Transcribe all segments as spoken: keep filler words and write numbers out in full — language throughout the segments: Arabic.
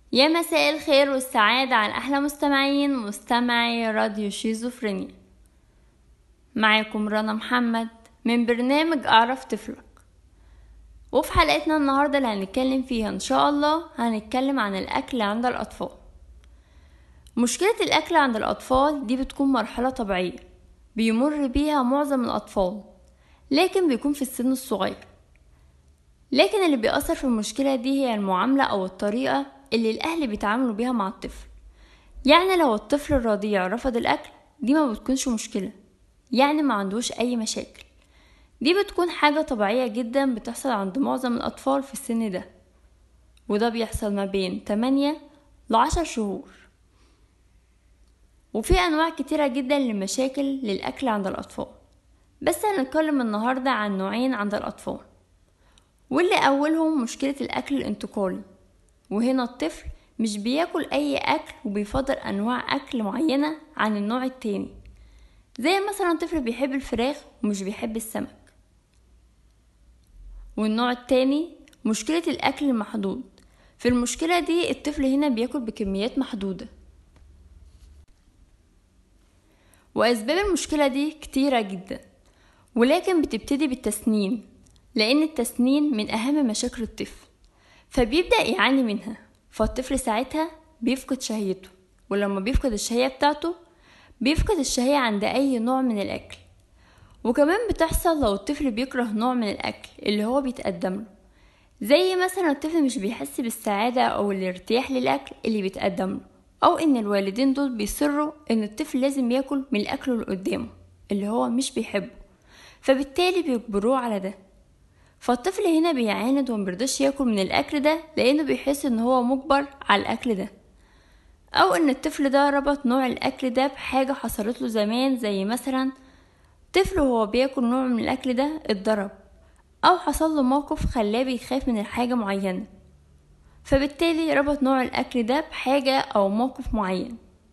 يا مساء الخير والسعادة على أحلى مستمعين مستمعي راديو شيزوفرينيا. معاكم رنا محمد من برنامج أعرف طفلك. وفي حلقتنا النهاردة اللي هنتكلم فيها إن شاء الله هنتكلم عن الأكل عند الأطفال. مشكلة الأكل عند الأطفال دي بتكون مرحلة طبيعية بيمر بيها معظم الأطفال، لكن بيكون في السن الصغير. لكن اللي بيأثر في المشكلة دي هي المعاملة أو الطريقة اللي الأهل بيتعاملوا بيها مع الطفل. يعني لو الطفل الرضيع رفض الأكل دي ما بتكونش مشكلة، يعني ما عندوش أي مشاكل. دي بتكون حاجة طبيعية جدا بتحصل عند معظم الأطفال في السن ده، وده بيحصل ما بين تمانية لعشر شهور. وفي أنواع كتيرة جدا للمشاكل للأكل عند الأطفال، بس هنتكلم النهاردة عن نوعين عند الأطفال، واللي أولهم مشكلة الأكل الانتقالي. وهنا الطفل مش بياكل أي أكل وبيفضل أنواع أكل معينة عن النوع التاني، زي مثلا طفل بيحب الفراخ ومش بيحب السمك. والنوع التاني مشكلة الأكل المحدود. في المشكلة دي الطفل هنا بياكل بكميات محدودة. وأسباب المشكلة دي كتيرة جدا، ولكن بتبتدي بالتسنين، لأن التسنين من أهم مشاكل الطفل، فبيبدأ يعاني منها. فالطفل ساعتها بيفقد شهيته، ولما بيفقد الشهية بتاعته بيفقد الشهية عند أي نوع من الأكل. وكمان بتحصل لو الطفل بيكره نوع من الأكل اللي هو بيتقدم له، زي مثلا الطفل مش بيحس بالسعادة أو الارتياح للأكل اللي بيتقدم له، أو إن الوالدين دول بيصروا إن الطفل لازم ياكل من الأكل اللي قدامه اللي هو مش بيحبه، فبالتالي بيجبروه على ده. فالطفل هنا بيعاند ومبيرضاش ياكل من الاكل ده لانه بيحس ان هو مجبر على الاكل ده، او ان الطفل ده ربط نوع الاكل ده بحاجة حصلت له زمان، زي مثلا طفل وهو بياكل نوع من الاكل ده اتضرب، او حصل له موقف خلاه بيخاف من الحاجة معينة، فبالتالي ربط نوع الاكل ده بحاجة او موقف معين.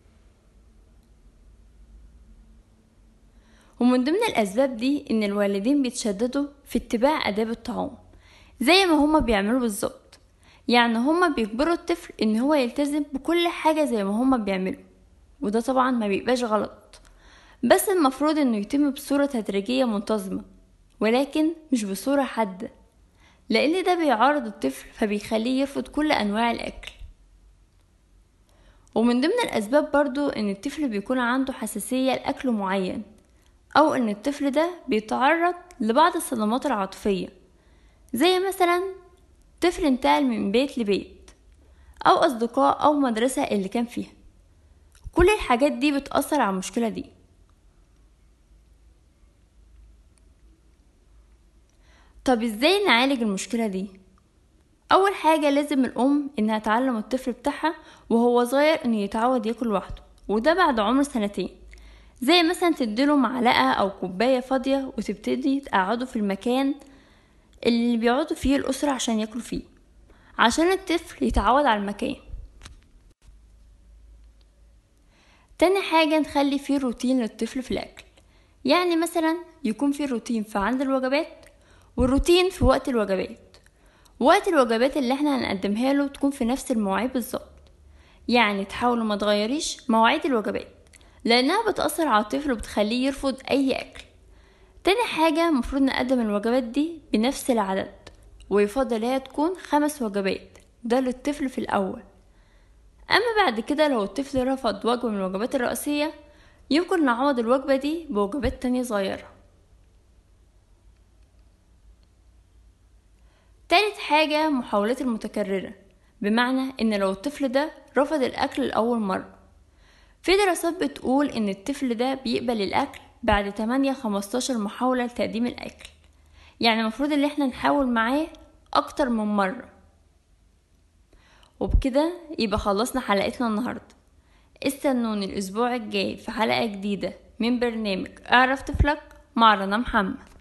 ومن ضمن الأسباب دي إن الوالدين بيتشددوا في اتباع آداب الطعام زي ما هما بيعملوا بالظبط. يعني هما بيجبروا الطفل إن هو يلتزم بكل حاجة زي ما هما بيعملوا، وده طبعا ما بيبقاش غلط، بس المفروض إنه يتم بصورة تدريجية منتظمة، ولكن مش بصورة حادة، لأن ده بيعارض الطفل فبيخليه يرفض كل أنواع الأكل. ومن ضمن الأسباب برضو إن الطفل بيكون عنده حساسية لأكل معين، او ان الطفل ده بيتعرض لبعض الصدمات العاطفية، زي مثلا طفل انتقل من بيت لبيت، او اصدقاء او مدرسة اللي كان فيها. كل الحاجات دي بتأثر على المشكلة دي. طب ازاي نعالج المشكلة دي؟ اول حاجة لازم الام انها تعلم الطفل بتاعها وهو صغير انه يتعود ياكل لوحده، وده بعد عمر سنتين. زي مثلا تديله معلقة او كوباية فاضية وتبتدي تقعده في المكان اللي بيقعدوا فيه الأسرة عشان ياكلوا فيه، عشان الطفل يتعود على المكان. تاني حاجة نخلي فيه روتين للطفل في الأكل، يعني مثلا يكون فيه روتين في عند الوجبات والروتين في وقت الوجبات. وقت الوجبات اللي احنا هنقدمها له تكون في نفس المواعيد بالظبط، يعني تحاولوا ما تغيريش مواعيد الوجبات لأنها بتأثر على الطفل وبتخليه يرفض أي أكل. تاني حاجة مفروض نقدم الوجبات دي بنفس العدد، ويفضل هي تكون خمس وجبات، ده للطفل في الأول. أما بعد كده لو الطفل رفض وجبة من الوجبات الرئيسية يمكن نعوض الوجبة دي بوجبات تانية صغيرة. تالت حاجة محاولات المتكررة، بمعنى ان لو الطفل ده رفض الأكل لأول مرة، في دراسات بتقول ان الطفل ده بيقبل الأكل بعد تمانية خمستاشر محاولة لتقديم الأكل. يعني المفروض ان احنا نحاول معاه اكتر من مرة. وبكده يبقى خلصنا حلقتنا النهاردة. استنوني الاسبوع الجاي في حلقة جديدة من برنامج اعرف طفلك مع رنا محمد.